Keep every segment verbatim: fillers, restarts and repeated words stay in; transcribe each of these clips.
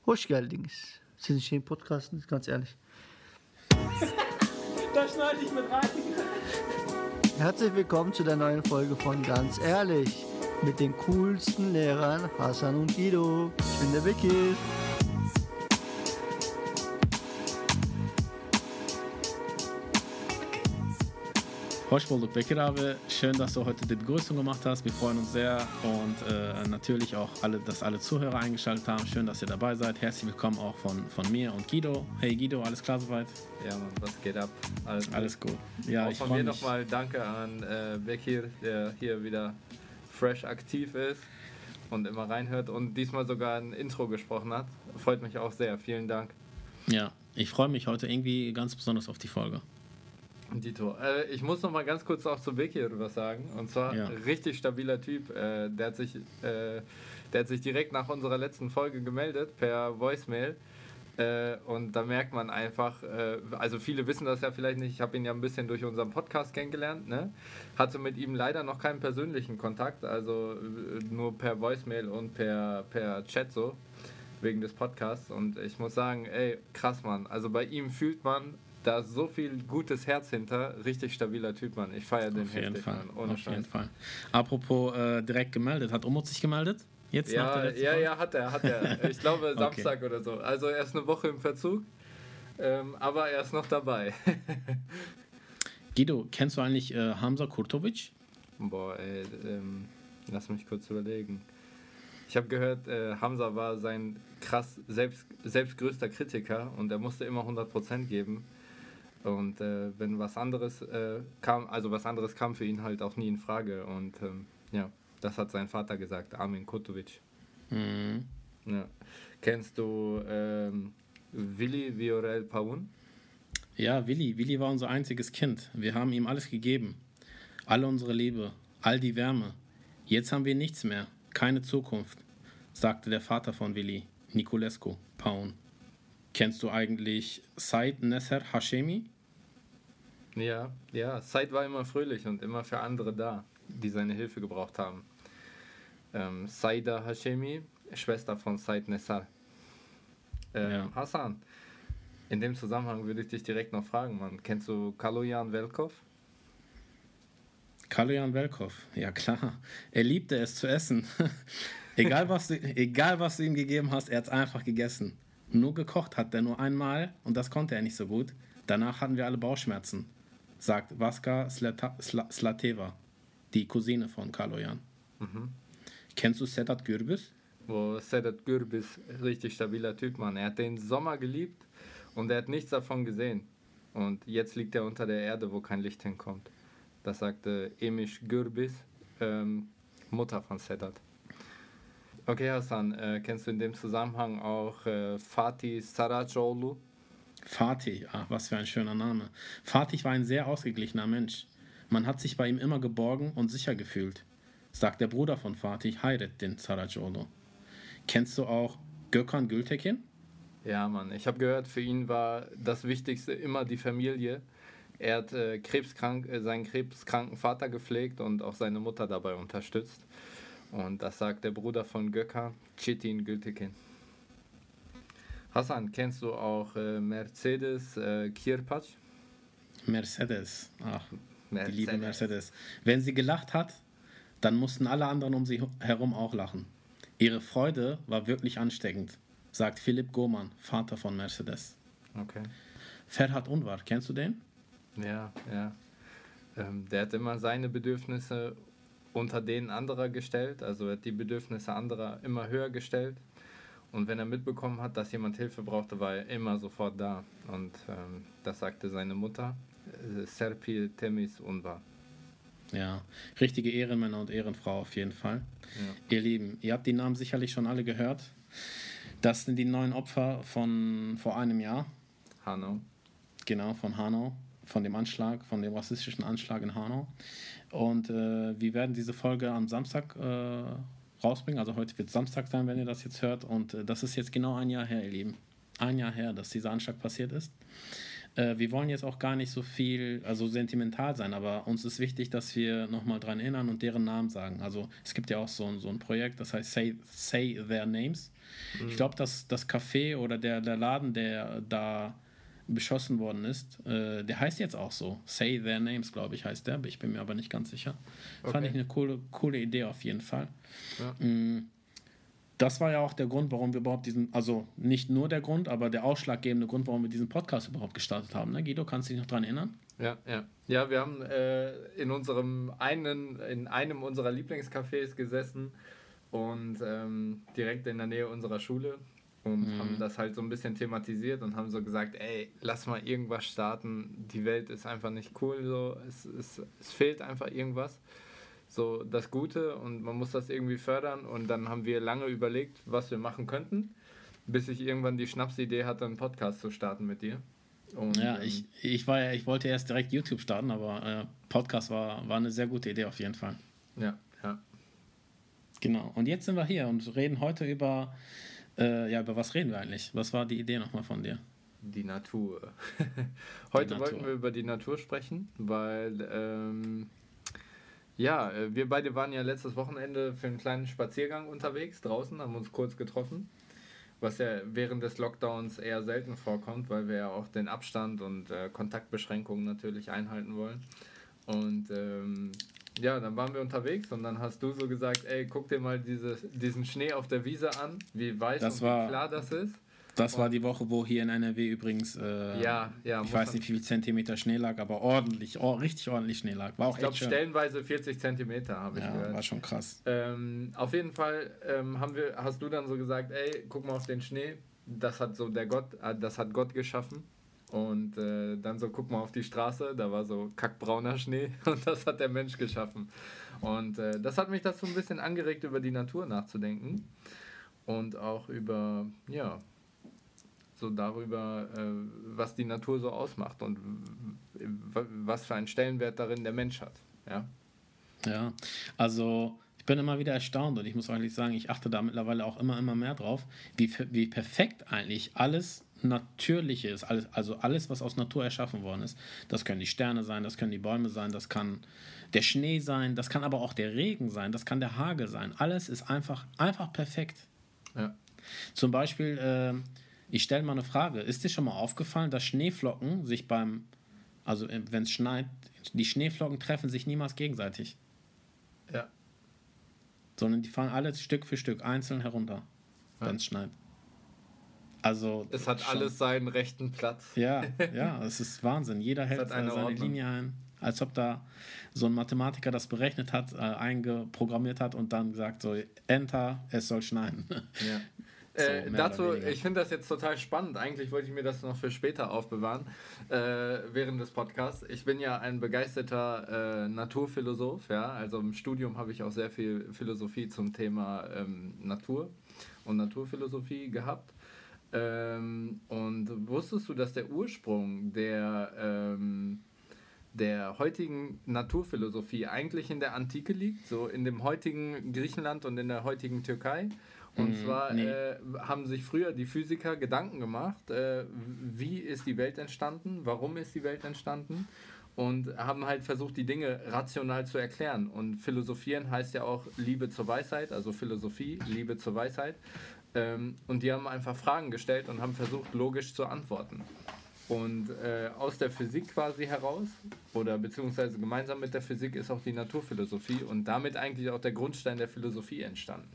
Hoş geldiniz. Sizin şeyin Podcast'ınız, ganz ehrlich. Da schneide ich mit rein. Herzlich willkommen zu der neuen Folge von Ganz Ehrlich mit den coolsten Lehrern Hasan und Guido. Ich bin der Bekir. Hoş bulduk Bekir abi. Schön, dass du heute die Begrüßung gemacht hast. Wir freuen uns sehr und äh, natürlich auch, alle, dass alle Zuhörer eingeschaltet haben. Schön, dass ihr dabei seid. Herzlich willkommen auch von, von mir und Guido. Hey Guido, alles klar soweit? Ja, Mann, was geht ab? Alles, alles gut. Ja, auch ich von mir mich. nochmal danke an äh, Bekir, der hier wieder fresh aktiv ist und immer reinhört und diesmal sogar ein Intro gesprochen hat. Freut mich auch sehr. Vielen Dank. Ja, ich freue mich heute irgendwie ganz besonders auf die Folge. Dito. Äh, ich muss noch mal ganz kurz auch zu Bekir was sagen. Und zwar Ja. richtig stabiler Typ. Äh, der, hat sich, äh, der hat sich direkt nach unserer letzten Folge gemeldet per Voicemail. Äh, und da merkt man einfach, äh, also viele wissen das ja vielleicht nicht, ich habe ihn ja ein bisschen durch unseren Podcast kennengelernt, ne? Hatte mit ihm leider noch keinen persönlichen Kontakt, also äh, nur per Voicemail und per, per Chat so, wegen des Podcasts. Und ich muss sagen, ey, krass, Mann. Also bei ihm fühlt man, da ist so viel gutes Herz hinter, richtig stabiler Typ, Mann. Ich feiere den Auf jeden heftig, Fall. Mann. Ohne Auf Scheiß. jeden Fall. Apropos äh, direkt gemeldet, hat Umut sich gemeldet? Jetzt nach der Ja, letzten ja, Folge? ja, hat er, hat er. Ich glaube Okay. Samstag oder so. Also er ist eine Woche im Verzug, ähm, aber er ist noch dabei. Guido, kennst du eigentlich äh, Hamza Kurtovic? Boah, ey, ähm, lass mich kurz überlegen. Ich habe gehört, äh, Hamza war sein krass selbst, selbst größter Kritiker und er musste immer hundert Prozent geben. Und äh, wenn was anderes äh, kam, also was anderes kam für ihn halt auch nie in Frage. Und ähm, ja, das hat sein Vater gesagt, Armin Kurtovic. Mhm. Ja. Kennst du ähm, Willi Viorel Paun? Ja, Willi. Willi war unser einziges Kind. Wir haben ihm alles gegeben. Alle unsere Liebe, all die Wärme. Jetzt haben wir nichts mehr, keine Zukunft, sagte der Vater von Willi, Niculescu Paun. Kennst du eigentlich Said Nesser Hashemi? Ja, ja. Said war immer fröhlich und immer für andere da, die seine Hilfe gebraucht haben. Ähm, Saida Hashemi, Schwester von Said Nessar. Ähm, Ja. Hasan, in dem Zusammenhang würde ich dich direkt noch fragen, Mann. Kennst du Kaloyan Velkov? Kaloyan Velkov, ja klar. Er liebte es zu essen. egal, was du, egal was du ihm gegeben hast, er hat es einfach gegessen. Nur gekocht hat er nur einmal und das konnte er nicht so gut. Danach hatten wir alle Bauchschmerzen, sagt Vaska Slata- Sla- Slateva, die Cousine von Kaloyan. Mhm. Kennst du Sedat Gürbüz? Wo Sedat Gürbüz, richtig stabiler Typ, Mann. Er hat den Sommer geliebt und er hat nichts davon gesehen. Und jetzt liegt er unter der Erde, wo kein Licht hinkommt. Das sagte Emiş Gürbüz, ähm, Mutter von Sedat. Okay, Hasan, äh, kennst du in dem Zusammenhang auch äh, Fatih Saracoğlu? Fatih, ach, was für ein schöner Name. Fatih war ein sehr ausgeglichener Mensch. Man hat sich bei ihm immer geborgen und sicher gefühlt, sagt der Bruder von Fatih, Hayrettin Saracoğlu. Kennst du auch Gökhan Gültekin? Ja, Mann, ich habe gehört, für ihn war das Wichtigste immer die Familie. Er hat äh, krebskrank, äh, seinen krebskranken Vater gepflegt und auch seine Mutter dabei unterstützt. Und das sagt der Bruder von Gökhan, Çetin Gültekin. Hasan, kennst du auch äh, Mercedes äh, Kirpac? Mercedes, ach, Mercedes. die liebe Mercedes. Wenn sie gelacht hat, dann mussten alle anderen um sie herum auch lachen. Ihre Freude war wirklich ansteckend, sagt Philipp Goman, Vater von Mercedes. Okay. Ferhat Unvar, kennst du den? Ja, ja. Ähm, der hat immer seine Bedürfnisse unter denen anderer gestellt, also er hat die Bedürfnisse anderer immer höher gestellt. Und wenn er mitbekommen hat, dass jemand Hilfe brauchte, war er immer sofort da. Und ähm, das sagte seine Mutter, äh, Serpil Temiz Unvar. Ja, richtige Ehrenmänner und Ehrenfrau auf jeden Fall. Ja. Ihr Lieben, ihr habt die Namen sicherlich schon alle gehört. Das sind die neuen Opfer von vor einem Jahr, Hanau. genau, von Hanau, von dem Anschlag, von dem rassistischen Anschlag in Hanau. Und äh, wir werden diese Folge am Samstag äh, rausbringen. Also heute wird Samstag sein, wenn ihr das jetzt hört. Und äh, das ist jetzt genau ein Jahr her, ihr Lieben. Ein Jahr her, dass dieser Anschlag passiert ist. äh, wir wollen jetzt auch gar nicht so viel, also sentimental sein, aber uns ist wichtig, dass wir nochmal dran erinnern und deren Namen sagen. Also es gibt ja auch so, ein- so ein Projekt, das heißt Say, Say Their Names. Ich glaube, dass das Café oder der, der Laden, der da beschossen worden ist, äh, der heißt jetzt auch so. Say Their Names, glaube ich, heißt der. Ich bin mir aber nicht ganz sicher. Okay. Fand ich eine coole, coole Idee auf jeden Fall. Ja. Mm, Das war ja auch der Grund, warum wir überhaupt diesen, also nicht nur der Grund, aber der ausschlaggebende Grund, warum wir diesen Podcast überhaupt gestartet haben. Ne? Guido, kannst du dich noch dran erinnern? Ja, ja. Ja, wir haben äh, in unserem einen, in einem unserer Lieblingscafés gesessen und ähm, direkt in der Nähe unserer Schule und Mhm. haben das halt so ein bisschen thematisiert und haben so gesagt, ey, lass mal irgendwas starten, die Welt ist einfach nicht cool, so, es, es, es fehlt einfach irgendwas, so das Gute und man muss das irgendwie fördern und dann haben wir lange überlegt, was wir machen könnten, bis ich irgendwann die Schnapsidee hatte, einen Podcast zu starten mit dir. Und, Ja, ähm, ich, ich, war ja, ich wollte erst direkt YouTube starten, aber äh, Podcast war, war eine sehr gute Idee auf jeden Fall. ja, ja. Genau. Und jetzt sind wir hier und reden heute über, äh, ja, über was reden wir eigentlich? Was war die Idee nochmal von dir? Die Natur. Heute Die wollten Natur. wir über die Natur sprechen, weil ähm, ja, äh, wir beide waren ja letztes Wochenende für einen kleinen Spaziergang unterwegs draußen, haben uns kurz getroffen, was ja während des Lockdowns eher selten vorkommt, weil wir ja auch den Abstand und äh, Kontaktbeschränkungen natürlich einhalten wollen. Und ähm, ja, dann waren wir unterwegs und dann hast du so gesagt, ey, guck dir mal dieses, diesen Schnee auf der Wiese an, wie weiß Das und war- wie klar das ist. Das war die Woche, wo hier in N R W übrigens, äh, Ja, ja, ich muss weiß man- nicht, wie viel Zentimeter Schnee lag, aber ordentlich, oh, richtig ordentlich Schnee lag. War auch Ich glaube, echt schön. stellenweise vierzig Zentimeter habe ich Ja, gehört. war schon krass. Ähm, auf jeden Fall ähm, haben wir, hast du dann so gesagt, ey, guck mal auf den Schnee, das hat so der Gott, äh, das hat Gott geschaffen. Und äh, dann so, guck mal auf die Straße, da war so kackbrauner Schnee und das hat der Mensch geschaffen. Und äh, das hat mich dazu ein bisschen angeregt, über die Natur nachzudenken und auch über, ja, so darüber, äh, was die Natur so ausmacht und w- w- was für einen Stellenwert darin der Mensch hat. Ja. Ja, also ich bin immer wieder erstaunt und ich muss eigentlich sagen, ich achte da mittlerweile auch immer, immer mehr drauf, wie, wie perfekt eigentlich alles Natürliche ist, alles, also alles, was aus Natur erschaffen worden ist. Das können die Sterne sein, das können die Bäume sein, das kann der Schnee sein, das kann aber auch der Regen sein, das kann der Hagel sein. Alles ist einfach, einfach perfekt. Ja. Zum Beispiel, äh, ich stelle mal eine Frage, ist dir schon mal aufgefallen, dass Schneeflocken sich beim, also wenn es schneit, die Schneeflocken treffen sich niemals gegenseitig, Ja. sondern die fallen alle Stück für Stück einzeln herunter, Ja. wenn es schneit. Also Es hat schon- alles seinen rechten Platz. Ja, ja, es ist Wahnsinn. Jeder hält hat eine äh, seine Ordnung. Linie ein, als ob da so ein Mathematiker das berechnet hat, äh, eingeprogrammiert hat und dann gesagt so, Enter, es soll schneien. Ja. So, Äh, mehr dazu, oder weniger. ich finde das jetzt total spannend. Eigentlich wollte ich mir das noch für später aufbewahren, äh, während des Podcasts. Ich bin ja ein begeisterter äh, Naturphilosoph, ja. Also im Studium habe ich auch sehr viel Philosophie zum Thema ähm, Natur und Naturphilosophie gehabt. Ähm, und wusstest du, dass der Ursprung der, ähm, der heutigen Naturphilosophie eigentlich in der Antike liegt, so in dem heutigen Griechenland und in der heutigen Türkei? Und Mm, zwar nee. äh, haben sich früher die Physiker Gedanken gemacht, äh, wie ist die Welt entstanden, warum ist die Welt entstanden und haben halt versucht, die Dinge rational zu erklären. Und philosophieren heißt ja auch Liebe zur Weisheit, also Philosophie, Liebe zur Weisheit. Ähm, und die haben einfach Fragen gestellt und haben versucht, logisch zu antworten. Und äh, aus der Physik quasi heraus, oder beziehungsweise gemeinsam mit der Physik, ist auch die Naturphilosophie und damit eigentlich auch der Grundstein der Philosophie entstanden.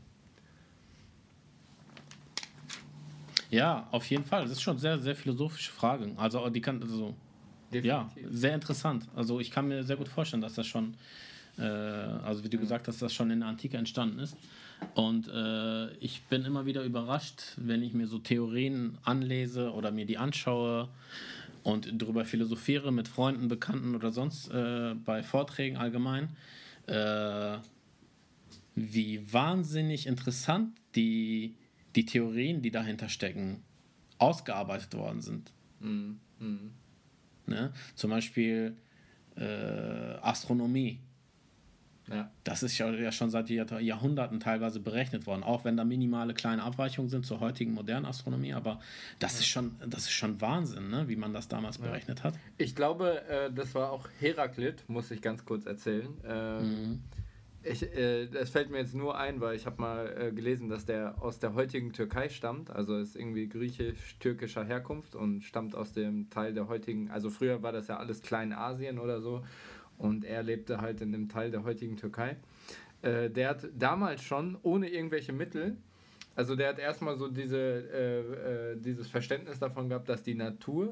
Ja, auf jeden Fall. Das ist schon sehr, sehr philosophische Frage. Also die kann, also ja, sehr interessant. Also ich kann mir sehr gut vorstellen, dass das schon, äh, also wie du gesagt hast, das schon in der Antike entstanden ist. Und äh, ich bin immer wieder überrascht, wenn ich mir so Theorien anlese oder mir die anschaue und darüber philosophiere mit Freunden, Bekannten oder sonst äh, bei Vorträgen allgemein, äh, wie wahnsinnig interessant die, die Theorien, die dahinter stecken, ausgearbeitet worden sind. Mhm. Mhm. Ne? Zum Beispiel äh, Astronomie. Ja. Das ist ja, ja schon seit Jahr, Jahrhunderten teilweise berechnet worden, auch wenn da minimale kleine Abweichungen sind zur heutigen modernen Astronomie, aber das ja. ist schon, das ist schon Wahnsinn, ne, wie man das damals ja. berechnet hat. Ich glaube, äh, das war auch Heraklit, muss ich ganz kurz erzählen. Ähm, mhm. Ich, äh, das fällt mir jetzt nur ein, weil ich habe mal äh, gelesen, dass der aus der heutigen Türkei stammt, also ist irgendwie griechisch-türkischer Herkunft und stammt aus dem Teil der heutigen, also früher war das ja alles Kleinasien oder so und er lebte halt in dem Teil der heutigen Türkei. Äh, der hat damals schon ohne irgendwelche Mittel, also der hat erstmal so diese, äh, äh, dieses Verständnis davon gehabt, dass die Natur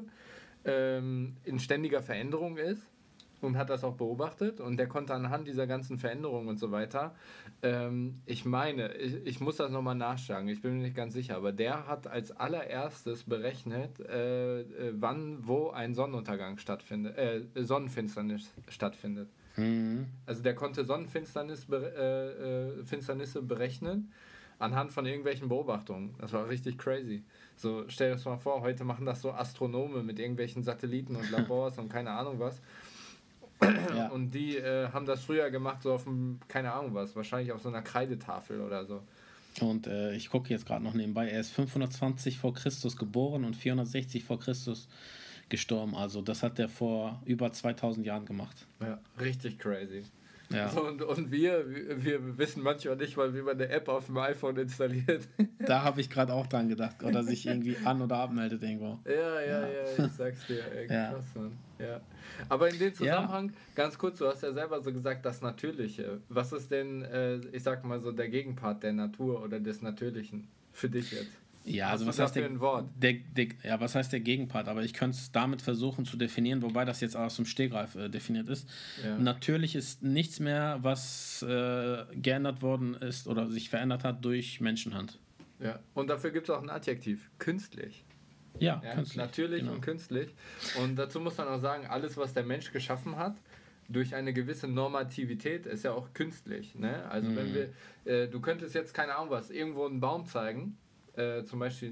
ähm, in ständiger Veränderung ist. Und hat das auch beobachtet und der konnte anhand dieser ganzen Veränderungen und so weiter, ähm, ich meine, ich, ich muss das nochmal nachschlagen, ich bin mir nicht ganz sicher, aber der hat als allererstes berechnet, äh, äh, wann, wo ein Sonnenuntergang stattfindet, äh, Sonnenfinsternis stattfindet. Mhm. Also der konnte Sonnenfinsternis, äh, äh, Finsternisse berechnen anhand von irgendwelchen Beobachtungen. Das war richtig crazy. So, stell dir das mal vor, heute machen das so Astronomen mit irgendwelchen Satelliten und Labors und keine Ahnung was. Ja. Und die äh, haben das früher gemacht, so auf dem, keine Ahnung was, wahrscheinlich auf so einer Kreidetafel oder so. Und äh, ich gucke jetzt gerade noch nebenbei, er ist fünfhundertzwanzig vor Christus geboren und vierhundertsechzig vor Christus gestorben. Also das hat er vor über zweitausend Jahren gemacht. Ja, richtig crazy. Ja. So, und, und wir, wir wissen manchmal nicht mal, wie man eine App auf dem iPhone installiert. Da habe ich gerade auch dran gedacht. Oder sich irgendwie an- oder abmeldet irgendwo. Ja, ja, ja, ja, ich sag's dir. Ey, krass, ja. Mann. Ja. Aber in dem Zusammenhang, ja. ganz kurz, du hast ja selber so gesagt, das Natürliche. Was ist denn, äh, ich sag mal so, der Gegenpart der Natur oder des Natürlichen für dich jetzt? Ja, also was heißt, der, der, der, ja, was heißt der Gegenpart? Aber ich könnte es damit versuchen zu definieren, wobei das jetzt aus dem Stegreif äh, definiert ist. Ja. Natürlich ist nichts mehr, was äh, geändert worden ist oder sich verändert hat durch Menschenhand. Ja, und dafür gibt es auch ein Adjektiv, künstlich. Ja, ja künstlich. Natürlich genau. Und künstlich. Und dazu muss man auch sagen, alles, was der Mensch geschaffen hat, durch eine gewisse Normativität ist ja auch künstlich. Ne? Also mhm. wenn wir, äh, du könntest jetzt, keine Ahnung was, irgendwo einen Baum zeigen, Äh, zum Beispiel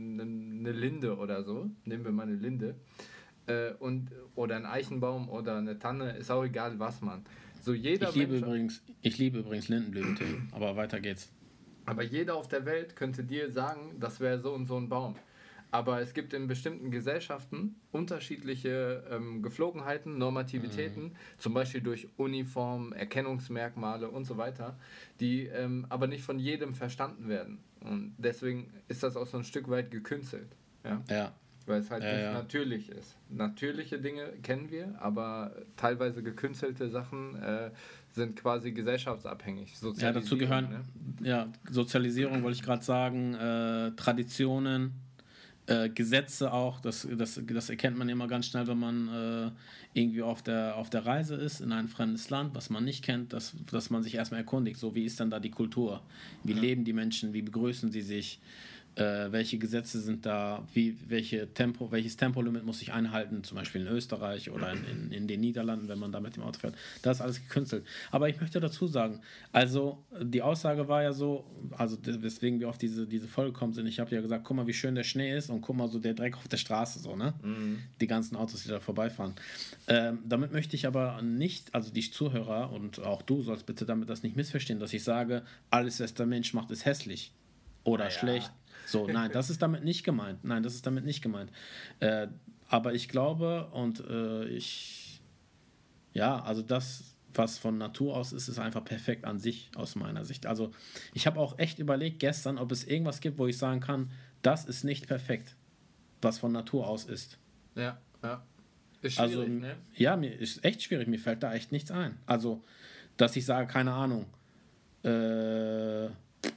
eine Linde oder so, nehmen wir mal eine Linde, äh, und, oder ein Eichenbaum oder eine Tanne, ist auch egal was, man. So jeder ich, liebe Mensch, übrigens, ich liebe übrigens Lindenblütentee, aber weiter geht's. Aber jeder auf der Welt könnte dir sagen, das wäre so und so ein Baum. Aber es gibt in bestimmten Gesellschaften unterschiedliche ähm, Geflogenheiten, Normativitäten, mhm. zum Beispiel durch Uniformen, Erkennungsmerkmale und so weiter, die ähm, aber nicht von jedem verstanden werden. Und deswegen ist das auch so ein Stück weit gekünstelt. Ja. ja. Weil es halt ja, nicht ja. natürlich ist. Natürliche Dinge kennen wir, aber teilweise gekünstelte Sachen äh, sind quasi gesellschaftsabhängig. Ja, dazu gehören ne? ja, Sozialisierung, wollte ich gerade sagen, äh, Traditionen, Äh, Gesetze auch, das, das, das erkennt man immer ganz schnell, wenn man äh, irgendwie auf der, auf der Reise ist in ein fremdes Land, was man nicht kennt, dass, dass man sich erstmal erkundigt, so wie ist dann da die Kultur, wie ja. leben die Menschen, wie begrüßen sie sich, äh, welche Gesetze sind da, wie, welche Tempo, welches Tempolimit muss ich einhalten, zum Beispiel in Österreich oder in, in, in den Niederlanden, wenn man da mit dem Auto fährt. Das ist alles gekünstelt. Aber ich möchte dazu sagen, also die Aussage war ja so, also weswegen wir auf diese, diese Folge gekommen sind, ich habe ja gesagt, guck mal, wie schön der Schnee ist und guck mal, so der Dreck auf der Straße, so, ne? Mhm. Die ganzen Autos, die da vorbeifahren. Ähm, damit möchte ich aber nicht, also die Zuhörer und auch du sollst bitte damit das nicht missverstehen, dass ich sage, alles, was der Mensch macht, ist hässlich oder ja. schlecht. So, nein, das ist damit nicht gemeint. Nein, das ist damit nicht gemeint. Äh, aber ich glaube und äh, ich, ja, also das, was von Natur aus ist, ist einfach perfekt an sich aus meiner Sicht. Also ich habe auch echt überlegt gestern, ob es irgendwas gibt, wo ich sagen kann, das ist nicht perfekt, was von Natur aus ist. Ja, ja. Ist schwierig, also, ne? Ja, mir ist echt schwierig, mir fällt da echt nichts ein. Also, dass ich sage, keine Ahnung, äh,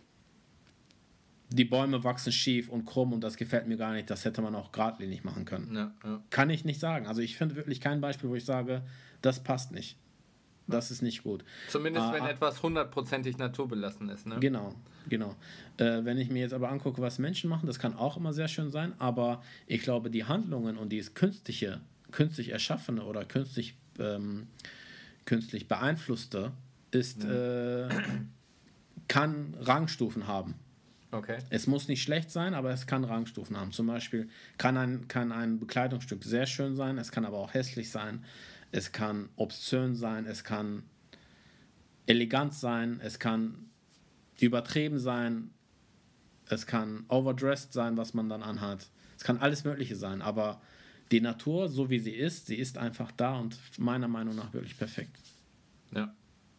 die Bäume wachsen schief und krumm und das gefällt mir gar nicht, das hätte man auch geradlinig machen können. Ja, ja. Kann ich nicht sagen. Also ich finde wirklich kein Beispiel, wo ich sage, das passt nicht. Das ist nicht gut. Zumindest ah, wenn etwas hundertprozentig naturbelassen ist. Ne? Genau, genau. Äh, wenn ich mir jetzt aber angucke, was Menschen machen, das kann auch immer sehr schön sein, aber ich glaube, die Handlungen und dieses künstliche, künstlich erschaffene oder künstlich, ähm, künstlich beeinflusste ist, mhm. äh, kann Rangstufen haben. Okay. Es muss nicht schlecht sein, aber es kann Rangstufen haben. Zum Beispiel kann ein, kann ein Bekleidungsstück sehr schön sein, es kann aber auch hässlich sein, es kann obszön sein, es kann elegant sein, es kann übertrieben sein, es kann overdressed sein, was man dann anhat. Es kann alles Mögliche sein, aber die Natur, so wie sie ist, sie ist einfach da und meiner Meinung nach wirklich perfekt. Ja.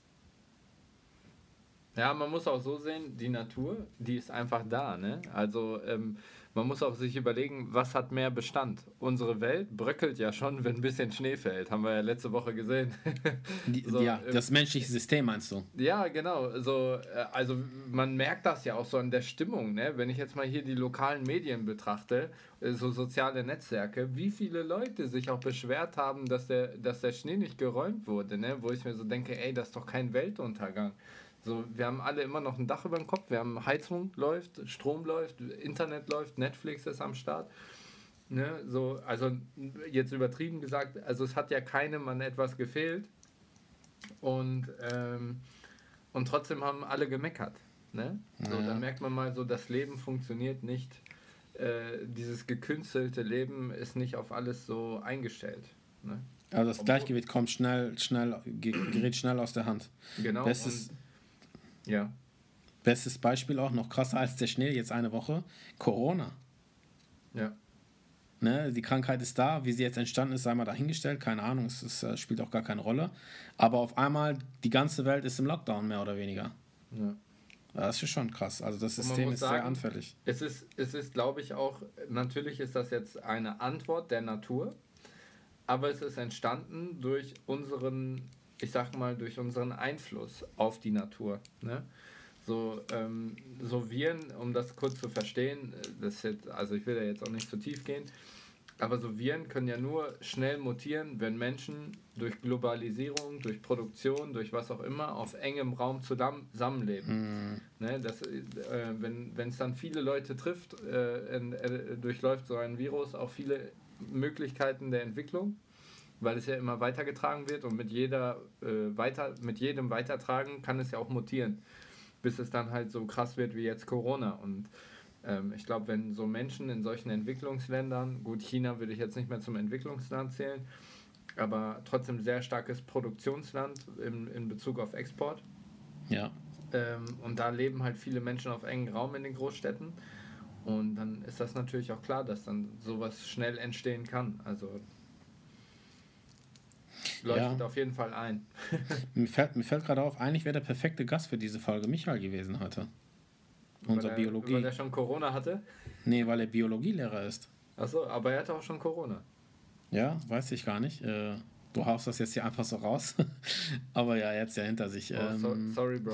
Ja, man muss auch so sehen, die Natur, die ist einfach da, ne? Also ähm, man muss auch sich überlegen, was hat mehr Bestand? Unsere Welt bröckelt ja schon, wenn ein bisschen Schnee fällt, haben wir ja letzte Woche gesehen. Die, so, ja, ähm, das menschliche System meinst du? Ja, genau. So, äh, also man merkt das ja auch so an der Stimmung, ne? Wenn ich jetzt mal hier die lokalen Medien betrachte, äh, so soziale Netzwerke, wie viele Leute sich auch beschwert haben, dass der, dass der Schnee nicht geräumt wurde, ne? Wo ich mir so denke, ey, das ist doch kein Weltuntergang. So, wir haben alle immer noch ein Dach über dem Kopf, wir haben Heizung läuft, Strom läuft, Internet läuft, Netflix ist am Start. Ne? So, also jetzt übertrieben gesagt, also es hat ja keinem an etwas gefehlt. Und, ähm, und trotzdem haben alle gemeckert. Ne? So, Ja. Da merkt man mal so, das Leben funktioniert nicht. Äh, dieses gekünstelte Leben ist nicht auf alles so eingestellt. Ne? Also das Obwohl- Gleichgewicht kommt schnell, schnell, ge- gerät schnell aus der Hand. Genau. Bestes, Und, ja. bestes Beispiel auch, noch krasser als der Schnee, jetzt eine Woche, Corona. Ja. Ne, die Krankheit ist da, wie sie jetzt entstanden ist, sei mal dahingestellt, keine Ahnung, es ist, äh, spielt auch gar keine Rolle. Aber auf einmal, die ganze Welt ist im Lockdown, mehr oder weniger. Ja. Das ist schon krass. Also das Und man System muss ist sehr sagen, anfällig. Es ist, es ist, glaube ich, auch, natürlich ist das jetzt eine Antwort der Natur, aber es ist entstanden durch unseren, ich sag mal, durch unseren Einfluss auf die Natur. Ne? So, ähm, so Viren, um das kurz zu verstehen, das ist jetzt, also ich will da jetzt auch nicht zu tief gehen, aber so Viren können ja nur schnell mutieren, wenn Menschen durch Globalisierung, durch Produktion, durch was auch immer, auf engem Raum zusammenleben. Mm, Ne, das, äh, wenn es dann viele Leute trifft, äh, in, äh, durchläuft so ein Virus auch viele Möglichkeiten der Entwicklung, weil es ja immer weitergetragen wird und mit, jeder, äh, weiter, mit jedem Weitertragen kann es ja auch mutieren, bis es dann halt so krass wird wie jetzt Corona. Und ähm, ich glaube, wenn so Menschen in solchen Entwicklungsländern, gut, China würde ich jetzt nicht mehr zum Entwicklungsland zählen, aber trotzdem sehr starkes Produktionsland in, in Bezug auf Export. ja. Ähm, und da leben halt viele Menschen auf engem Raum in den Großstädten. Und dann ist das natürlich auch klar, dass dann sowas schnell entstehen kann. Also leuchtet Ja. auf jeden Fall ein. Mir fällt, mir fällt gerade auf, eigentlich wäre der perfekte Gast für diese Folge Michael gewesen heute. Unser weil er, Biologie. Weil er schon Corona hatte. Nee, weil er Biologielehrer ist. Achso, aber er hatte auch schon Corona. Ja, weiß ich gar nicht. Äh, du haust das jetzt hier einfach so raus. Aber ja, jetzt ja hinter sich. Oh, so, Ähm, sorry, Bro.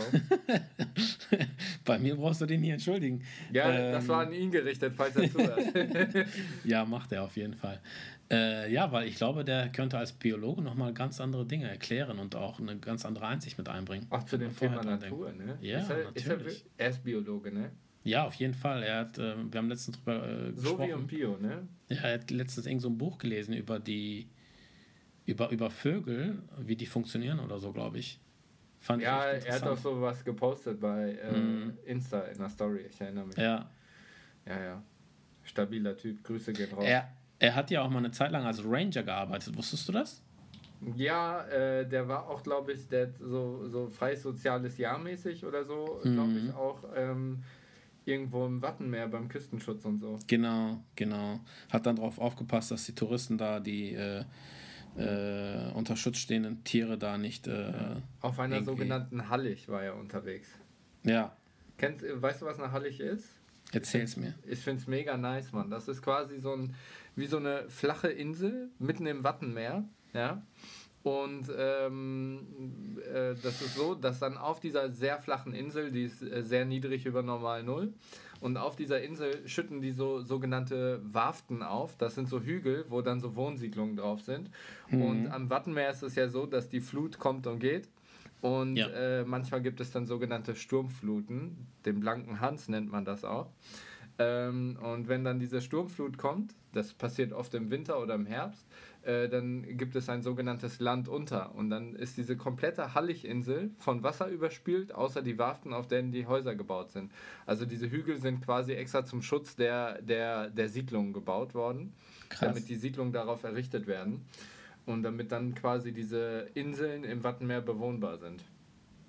bei mir brauchst du den nie entschuldigen. Ja, Ähm, das war an ihn gerichtet, falls er zuhört. Ja, macht er auf jeden Fall. Äh, ja, weil ich glaube, der könnte als Biologe nochmal ganz andere Dinge erklären und auch eine ganz andere Einsicht mit einbringen. Auch zu dem Wenn man Thema vorher dran Natur, denkt. ne? Ja, ist er, ist er, natürlich. er ist Biologe, ne? Ja, auf jeden Fall. Er hat, äh, wir haben letztens drüber äh, So wie gesprochen. im Bio, ne? Ja, er hat letztens irgend so ein Buch gelesen über die über, über Vögel, wie die funktionieren oder so, glaube ich. Fand Ja, ich echt er hat auch interessant. so was gepostet bei äh, Mhm. Insta in der Story, ich erinnere mich. Ja, Ja, ja. Stabiler Typ, Grüße gehen raus. er, er hat ja auch mal eine Zeit lang als Ranger gearbeitet. Wusstest du das? Ja, äh, der war auch, glaube ich, der hat so, so freies soziales Jahr mäßig oder so, glaube ich, Mhm. auch ähm, irgendwo im Wattenmeer beim Küstenschutz und so. Genau, genau. Hat dann darauf aufgepasst, dass die Touristen da die äh, äh, unter Schutz stehenden Tiere da nicht. Äh, Auf einer irgendwie- sogenannten Hallig war er unterwegs. Ja, Kennst, weißt du, was eine Hallig ist? erzähl's mir. Ich finde es mega nice, Mann. Das ist quasi so ein, wie so eine flache Insel mitten im Wattenmeer, ja. Und ähm, äh, das ist so, dass dann auf dieser sehr flachen Insel, die ist äh, sehr niedrig über normal Null, und auf dieser Insel schütten die so sogenannte Warften auf. Das sind so Hügel, wo dann so Wohnsiedlungen drauf sind. Mhm. Und am Wattenmeer ist es ja so, dass die Flut kommt und geht. Und Ja. äh, manchmal gibt es dann sogenannte Sturmfluten. Den blanken Hans nennt man das auch. Ähm, und wenn dann diese Sturmflut kommt, das passiert oft im Winter oder im Herbst, äh, dann gibt es ein sogenanntes Land unter. Und dann ist diese komplette Halliginsel von Wasser überspült, außer die Warften, auf denen die Häuser gebaut sind. Also diese Hügel sind quasi extra zum Schutz der, der, der Siedlungen gebaut worden, Krass. damit die Siedlungen darauf errichtet werden. Und damit dann quasi diese Inseln im Wattenmeer bewohnbar sind.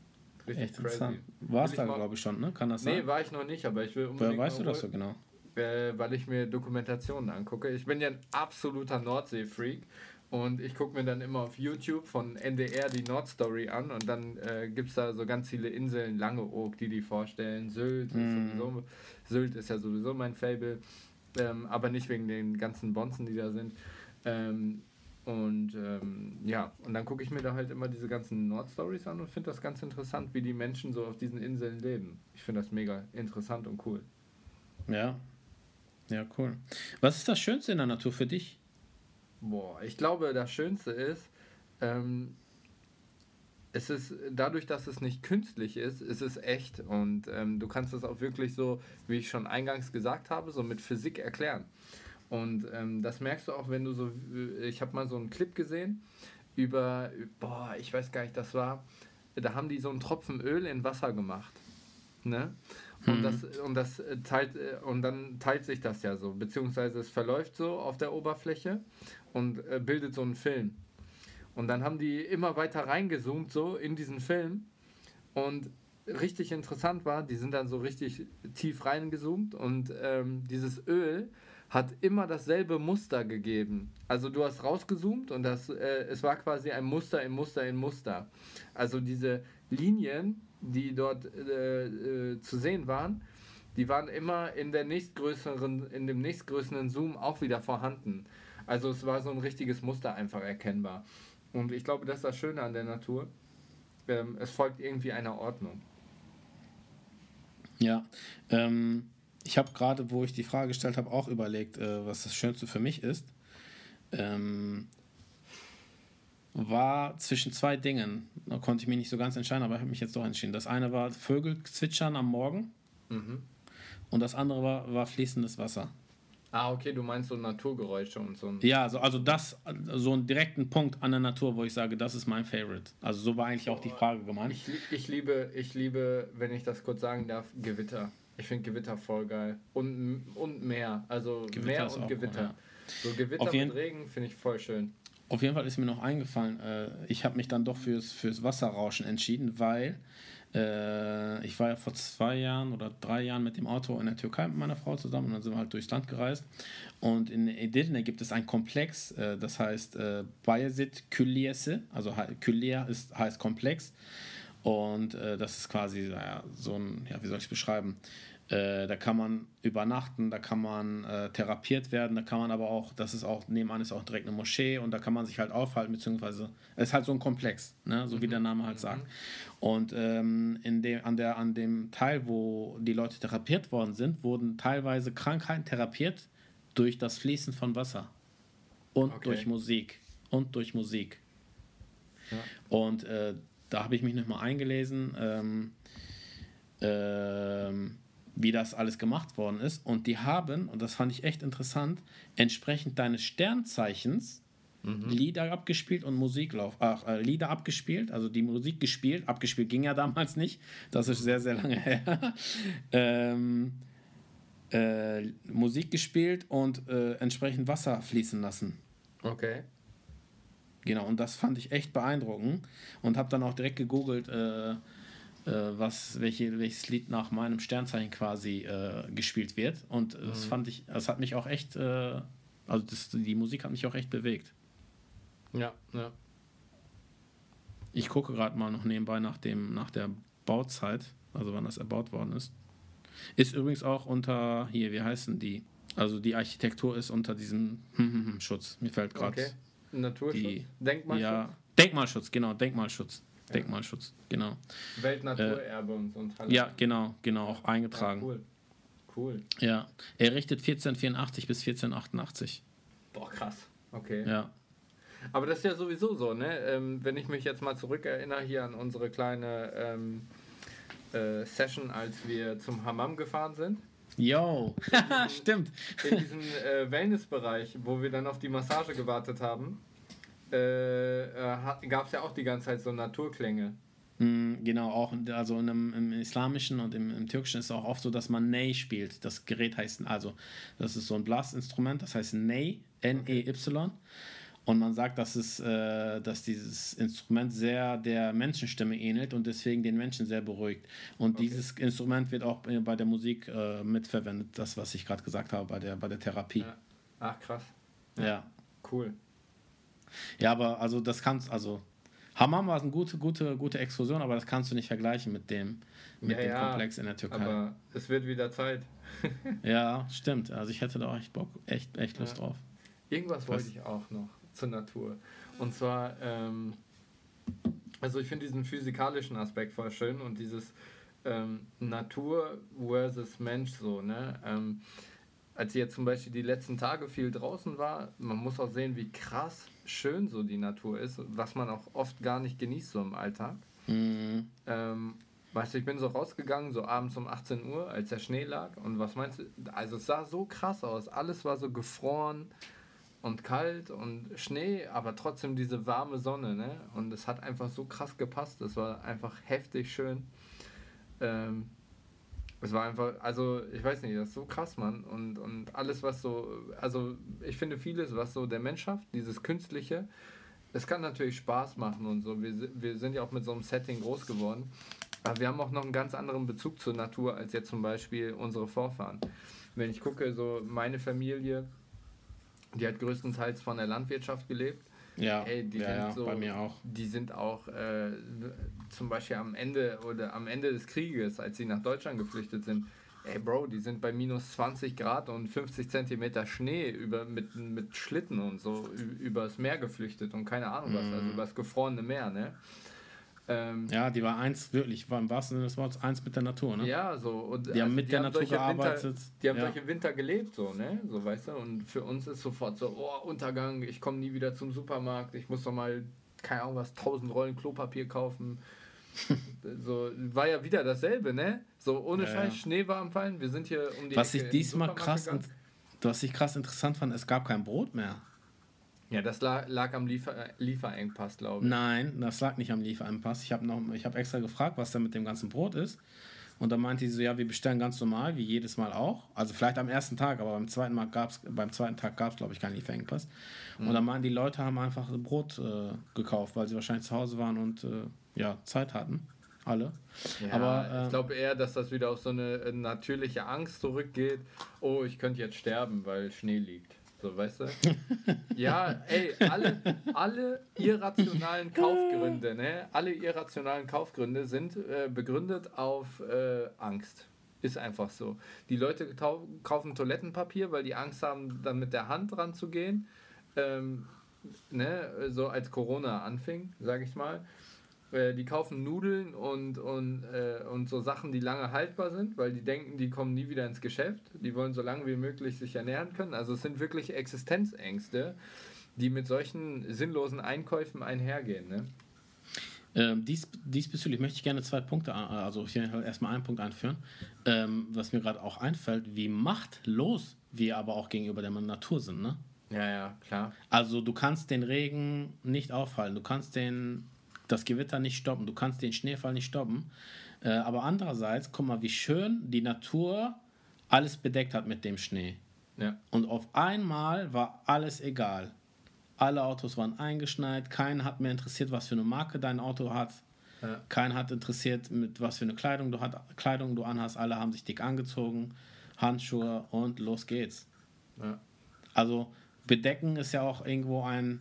Richtig Echt crazy. interessant. Warst Will da, ich mal- glaube ich, schon, ne? Kann das sein? Nee, war ich noch nicht, aber ich will Woher unbedingt weißt du mal das so wohl, genau? äh, weil ich mir Dokumentationen angucke. Ich bin ja ein absoluter Nordsee-Freak und ich gucke mir dann immer auf YouTube von N D R die Nordstory an und dann äh, gibt es da so ganz viele Inseln, Langeoog, die die vorstellen. Sylt, Mhm. ist sowieso, Sylt ist ja sowieso mein Fable, ähm, aber nicht wegen den ganzen Bonzen, die da sind. Ähm, und ähm, ja, und dann gucke ich mir da halt immer diese ganzen Nordstories an und finde das ganz interessant, wie die Menschen so auf diesen Inseln leben. Ich finde das mega interessant und cool. Ja. Ja, cool. Was ist das Schönste in der Natur für dich? Boah, ich glaube, das Schönste ist, ähm, es ist dadurch, dass es nicht künstlich ist, ist es echt und ähm, du kannst es auch wirklich so, wie ich schon eingangs gesagt habe, so mit Physik erklären. Und ähm, das merkst du auch, wenn du so, ich habe mal so einen Clip gesehen über, boah, ich weiß gar nicht, das war, da haben die so einen Tropfen Öl in Wasser gemacht, ne? Und, Mhm. das, und, das äh, teilt, äh, und dann teilt sich das ja so, beziehungsweise es verläuft so auf der Oberfläche und äh, bildet so einen Film. Und dann haben die immer weiter reingezoomt so in diesen Film und richtig interessant war, die sind dann so richtig tief reingezoomt und ähm, dieses Öl hat immer dasselbe Muster gegeben. Also du hast rausgezoomt und das, äh, es war quasi ein Muster in Muster in Muster. Also diese Linien, die dort äh, äh, zu sehen waren, die waren immer in der nächstgrößeren, in dem nächstgrößeren Zoom auch wieder vorhanden. Also es war so ein richtiges Muster einfach erkennbar. Und ich glaube, das ist das Schöne an der Natur. Ähm, es folgt irgendwie einer Ordnung. Ja, ähm, ich habe gerade, wo ich die Frage gestellt habe, auch überlegt, äh, was das Schönste für mich ist. Ähm, war zwischen zwei Dingen. Da konnte ich mich nicht so ganz entscheiden, aber ich habe mich jetzt doch entschieden. Das eine war Vögel zwitschern am Morgen Mhm. und das andere war, war fließendes Wasser. Ah, okay, du meinst so Naturgeräusche und so. Ein Ja, also, also das, so einen direkten Punkt an der Natur, wo ich sage, das ist mein Favorite. Also so war eigentlich auch die Frage gemeint. Ich, lie- ich, liebe, ich liebe, wenn ich das kurz sagen darf, Gewitter. Ich finde Gewitter voll geil. Und, und Meer. Also Gewitter Meer ist und auch Gewitter. cool, ja. So Gewitter Auf jeden- mit Regen finde ich voll schön. Auf jeden Fall ist mir noch eingefallen, äh, ich habe mich dann doch fürs, fürs Wasserrauschen entschieden, weil äh, ich war ja vor zwei Jahren oder drei Jahren mit dem Auto in der Türkei mit meiner Frau zusammen und dann sind wir halt durchs Land gereist. Und in Edirne gibt es einen Komplex, äh, das heißt äh, Bayezid Külliyesi, also Külliye ist, heißt Komplex. Und äh, das ist quasi naja, so ein, ja, wie soll ich es beschreiben? Äh, da kann man übernachten, da kann man äh, therapiert werden, da kann man aber auch, das ist auch, nebenan ist auch direkt eine Moschee und da kann man sich halt aufhalten, beziehungsweise es ist halt so ein Komplex, ne? So wie der Name halt sagt. Und ähm, in dem, an, der, an dem Teil, wo die Leute therapiert worden sind, wurden teilweise Krankheiten therapiert durch das Fließen von Wasser und Okay. durch Musik und durch Musik. Ja. Und äh, da habe ich mich nochmal eingelesen, ähm, ähm, wie das alles gemacht worden ist. Und die haben, und das fand ich echt interessant, entsprechend deines Sternzeichens Lieder abgespielt und Musiklauf, ach, äh, Lieder abgespielt, also die Musik gespielt, abgespielt ging ja damals nicht, das ist sehr, sehr lange her. ähm, äh, Musik gespielt und äh, entsprechend Wasser fließen lassen. Okay. Genau, und das fand ich echt beeindruckend und habe dann auch direkt gegoogelt, äh, äh, was, welche, welches Lied nach meinem Sternzeichen quasi äh, gespielt wird. Und äh, das fand ich, das hat mich auch echt, äh, also das, die Musik hat mich auch echt bewegt. Ja, ja. Ich gucke gerade mal noch nebenbei nach, dem, nach der Bauzeit, also wann das erbaut worden ist. Ist übrigens auch unter, hier, wie heißen die? Also die Architektur ist unter diesem Schutz. Mir fällt gerade Okay. Naturschutz? die... Denkmalschutz? Ja, Denkmalschutz, genau, Denkmalschutz. Ja. Denkmalschutz, genau. Weltnaturerbe und so ein Teil. Ja, genau, genau, auch Ja, eingetragen. cool. Cool. Ja, errichtet vierzehnhundertvierundachtzig bis vierzehnhundertachtundachtzig. Boah, krass. Okay. Ja. Aber das ist ja sowieso so, ne? Ähm, wenn ich mich jetzt mal zurückerinnere hier an unsere kleine ähm, äh, Session, als wir zum Hammam gefahren sind. Yo, stimmt. In diesem äh, Wellnessbereich, wo wir dann auf die Massage gewartet haben, äh, äh, gab es ja auch die ganze Zeit so Naturklänge. Mm, Genau, auch in- also in einem, im Islamischen und im, im Türkischen ist es auch oft so, dass man Ney spielt. Das Gerät heißt, also das ist so ein Blasinstrument, das heißt Ney, N E Y. Und man sagt, dass, es, äh, dass dieses Instrument sehr der Menschenstimme ähnelt und deswegen den Menschen sehr beruhigt. Und Okay. dieses Instrument wird auch bei der Musik äh, mitverwendet, das, was ich gerade gesagt habe, bei der, bei der Therapie. Ja. Ach, krass. Ja. ja. Cool. Ja, aber also das kannst, also Hammam war eine gute, gute, gute Exkursion, aber das kannst du nicht vergleichen mit dem, mit Ja, dem ja, Komplex in der Türkei. Aber es wird wieder Zeit. Ja, stimmt. Also ich hätte da auch echt Bock, echt, echt Lust Ja. drauf. Irgendwas Was? wollte ich auch noch zur Natur. Und zwar, ähm, also ich finde diesen physikalischen Aspekt voll schön und dieses ähm, Natur versus Mensch so, ne? Ähm, als ich jetzt zum Beispiel die letzten Tage viel draußen war, man muss auch sehen, wie krass schön so die Natur ist, was man auch oft gar nicht genießt so im Alltag. Mhm. Ähm, weißt du, ich bin so rausgegangen, so abends um achtzehn Uhr, als der Schnee lag und was meinst du, also es sah so krass aus, alles war so gefroren und kalt und Schnee, aber trotzdem diese warme Sonne, ne? Und es hat einfach so krass gepasst, es war einfach heftig schön. Ähm, es war einfach, also ich weiß nicht, das ist so krass, Mann. Und, und alles, was so, also ich finde vieles, was so der Mensch schafft, dieses Künstliche, es kann natürlich Spaß machen und so. Wir, si- wir sind ja auch mit so einem Setting groß geworden. Aber wir haben auch noch einen ganz anderen Bezug zur Natur als jetzt zum Beispiel unsere Vorfahren. Wenn ich gucke, so meine Familie, die hat größtenteils von der Landwirtschaft gelebt. Ja, Ey, die ja, sind ja so, bei mir auch. Die sind auch äh, zum Beispiel am Ende oder am Ende des Krieges, als sie nach Deutschland geflüchtet sind, ey Bro, die sind bei minus zwanzig Grad und fünfzig Zentimeter Schnee über, mit, mit Schlitten und so ü- übers Meer geflüchtet und keine Ahnung was, also übers gefrorene Meer, ne? Ähm, Ja, die war eins, wirklich, war im wahrsten Sinne des Wortes eins mit der Natur, ne? ja, so. Und Die haben mit der Natur solche gearbeitet, Winter, die haben ja. solche Winter gelebt, so, ne? So, weißt du? Und für uns ist sofort so, oh, Untergang, ich komme nie wieder zum Supermarkt, ich muss doch mal, keine Ahnung was, tausend Rollen Klopapier kaufen. So, war ja wieder dasselbe, ne? So, ohne Ja, Scheiß, ja. Schnee war am Fallen, wir sind hier um die Was Ecke ich in den diesmal Supermarkt krass, gegangen. int- was ich krass interessant fand, es gab kein Brot mehr. Ja, das lag, lag am Liefer Lieferengpass, glaube ich. Nein, das lag nicht am Lieferanpass. Ich habe noch, ich habe extra gefragt, was da mit dem ganzen Brot ist. Und dann meinte sie so, ja, wir bestellen ganz normal, wie jedes Mal auch. Also vielleicht am ersten Tag, aber beim zweiten Mal gab's, beim zweiten Tag gab es, glaube ich, keinen Lieferengpass. Und dann meinten die Leute, haben einfach Brot äh, gekauft, weil sie wahrscheinlich zu Hause waren und äh, ja, Zeit hatten. Alle. Ja, aber äh, ich glaube eher, dass das wieder auf so eine äh, natürliche Angst zurückgeht. Oh, ich könnte jetzt sterben, weil Schnee liegt. So, weißt du? Ja, ey, alle, alle irrationalen Kaufgründe, ne? Alle irrationalen Kaufgründe sind äh, begründet auf äh, Angst. Ist einfach so. Die Leute tau- kaufen Toilettenpapier, weil die Angst haben, dann mit der Hand dran zu gehen. Ähm, ne? So als Corona anfing, sage ich mal. Äh, die kaufen Nudeln und, und, äh, und so Sachen, die lange haltbar sind, weil die denken, die kommen nie wieder ins Geschäft. Die wollen so lange wie möglich sich ernähren können. Also es sind wirklich Existenzängste, die mit solchen sinnlosen Einkäufen einhergehen. Ne? Ähm, dies, diesbezüglich möchte ich gerne zwei Punkte, also ich will erstmal einen Punkt einführen, ähm, was mir gerade auch einfällt, wie machtlos wir aber auch gegenüber der Natur sind. Ne? Ja, ja, klar. Also du kannst den Regen nicht aufhalten, du kannst den, das Gewitter nicht stoppen, du kannst den Schneefall nicht stoppen. Äh, aber andererseits, guck mal, wie schön die Natur alles bedeckt hat mit dem Schnee. Ja. Und auf einmal war alles egal. Alle Autos waren eingeschneit, keinen hat mehr interessiert, was für eine Marke dein Auto hat. Ja. Keinen hat interessiert, mit was für eine Kleidung du, hat, Kleidung du anhast. Alle haben sich dick angezogen, Handschuhe und los geht's. Ja. Also bedecken ist ja auch irgendwo ein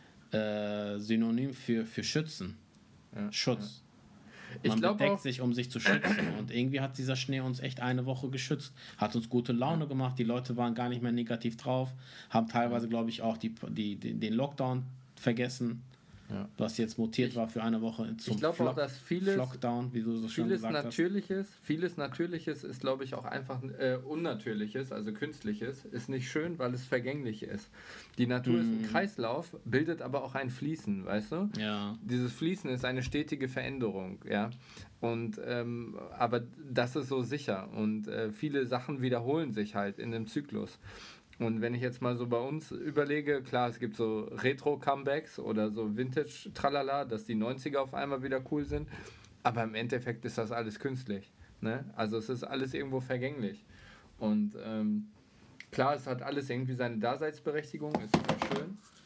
äh, Synonym für, für schützen. Ja. Schutz. Ich Man glaube bedeckt auch, sich, um sich zu schützen. Und irgendwie hat dieser Schnee uns echt eine Woche geschützt. Hat uns gute Laune gemacht. Die Leute waren gar nicht mehr negativ drauf. Haben teilweise, glaube ich, auch die, die, die, den Lockdown vergessen. Ja. Was jetzt mutiert Ich- war für eine Woche zum ich glaube auch, dass vieles, Lockdown, wie du so schön vieles gesagt hast. Natürliches, vieles Natürliches ist, glaube ich, auch einfach äh, Unnatürliches, also Künstliches, ist nicht schön, weil es vergänglich ist. Die Natur ist ein Kreislauf, bildet aber auch ein Fließen, weißt du? Ja. Dieses Fließen ist eine stetige Veränderung, ja. Und ähm, aber das ist so sicher und äh, viele Sachen wiederholen sich halt in dem Zyklus. Und wenn ich jetzt mal so bei uns überlege, klar, es gibt so Retro-Comebacks oder so Vintage-Tralala, dass die neunziger auf einmal wieder cool sind, aber im Endeffekt ist das alles künstlich. Ne? Also es ist alles irgendwo vergänglich. Und ähm, klar, es hat alles irgendwie seine Daseinsberechtigung, ist super schön,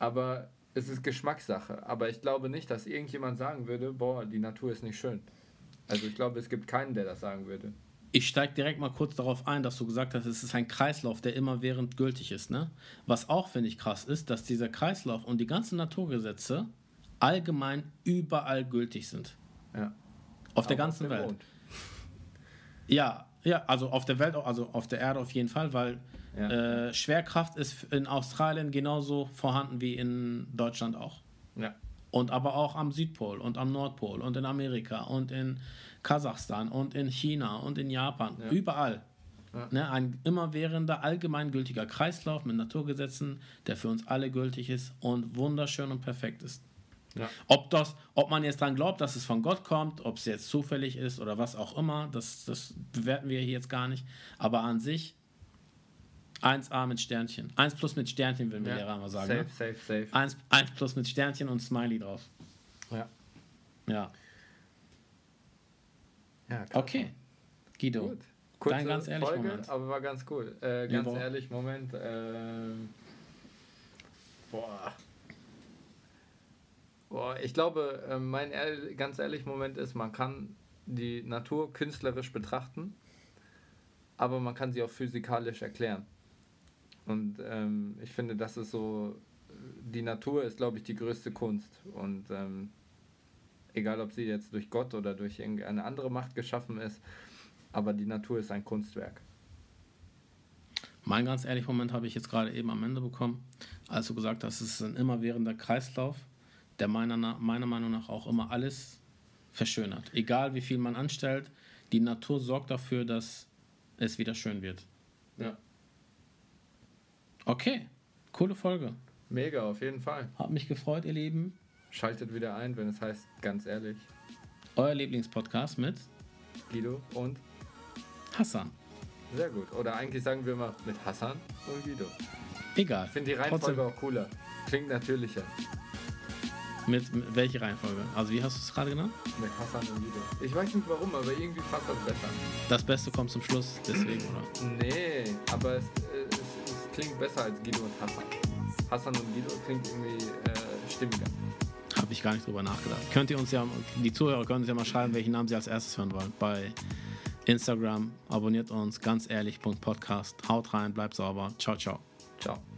aber es ist Geschmackssache. Aber ich glaube nicht, dass irgendjemand sagen würde, boah, die Natur ist nicht schön. Also ich glaube, es gibt keinen, der das sagen würde. Ich steige direkt mal kurz darauf ein, dass du gesagt hast, es ist ein Kreislauf, der immerwährend gültig ist. Ne? Was auch, finde ich, krass ist, dass dieser Kreislauf und die ganzen Naturgesetze allgemein überall gültig sind. Ja. Auf der Auch ganzen auf dem Welt. Mond. Ja, ja, also auf der Welt, also auf der Erde auf jeden Fall, weil Ja. äh, Schwerkraft ist in Australien genauso vorhanden wie in Deutschland auch. Ja. Und aber auch am Südpol und am Nordpol und in Amerika und in Kasachstan und in China und in Japan. Ja. Überall. Ja. Ne, ein immerwährender, allgemeingültiger Kreislauf mit Naturgesetzen, der für uns alle gültig ist und wunderschön und perfekt ist. Ja. Ob, das, ob man jetzt dran glaubt, dass es von Gott kommt, ob es jetzt zufällig ist oder was auch immer, das, das bewerten wir hier jetzt gar nicht. Aber an sich eins a mit Sternchen. eins plus mit Sternchen, will mir Ja. der Lehrer mal sagen. Safe, Ne? safe, safe. eins, eins plus mit Sternchen und Smiley drauf. Ja. Ja. Ja, krass. Okay. Guido. Gut. Kurze Dein ganz ehrlich Folge, Moment. aber war ganz cool. Äh, ganz Ja, ehrlich, Moment. Ähm, boah. Boah, ich glaube, äh, mein ehrlich, ganz ehrlich Moment ist, man kann die Natur künstlerisch betrachten, aber man kann sie auch physikalisch erklären. Und ähm, ich finde, das ist so, die Natur ist, glaube ich, die größte Kunst. Und ähm, egal, ob sie jetzt durch Gott oder durch irgendeine andere Macht geschaffen ist, aber die Natur ist ein Kunstwerk. Mein ganz ehrlich Moment habe ich jetzt gerade eben am Ende bekommen, als du gesagt hast, es ist ein immerwährender Kreislauf, der meiner, meiner Meinung nach auch immer alles verschönert. Egal wie viel man anstellt, die Natur sorgt dafür, dass es wieder schön wird. Ja. Okay, coole Folge. Mega, auf jeden Fall. Hat mich gefreut, ihr Lieben. Schaltet wieder ein, wenn es heißt, ganz ehrlich, Euer Lieblingspodcast mit Guido und Hassan. sehr gut. Oder eigentlich sagen wir immer mit Hassan und Guido. Egal. Ich finde die Reihenfolge Trotzdem, auch cooler. Klingt natürlicher. mit, mit welche Reihenfolge? Also wie hast du es gerade genannt? Mit Hassan und Guido. Ich weiß nicht warum, aber irgendwie passt das besser. Das Beste kommt zum Schluss, deswegen, oder? Nee, aber es, äh, es, es klingt besser als Guido und Hassan. Hassan und Guido klingt irgendwie äh, stimmiger. Habe ich gar nicht drüber nachgedacht. Könnt ihr uns ja, die Zuhörer können uns ja mal schreiben, welchen Namen sie als erstes hören wollen. Bei Instagram abonniert uns ganz ehrlich.podcast. Haut rein, bleibt sauber. Ciao, ciao. Ciao.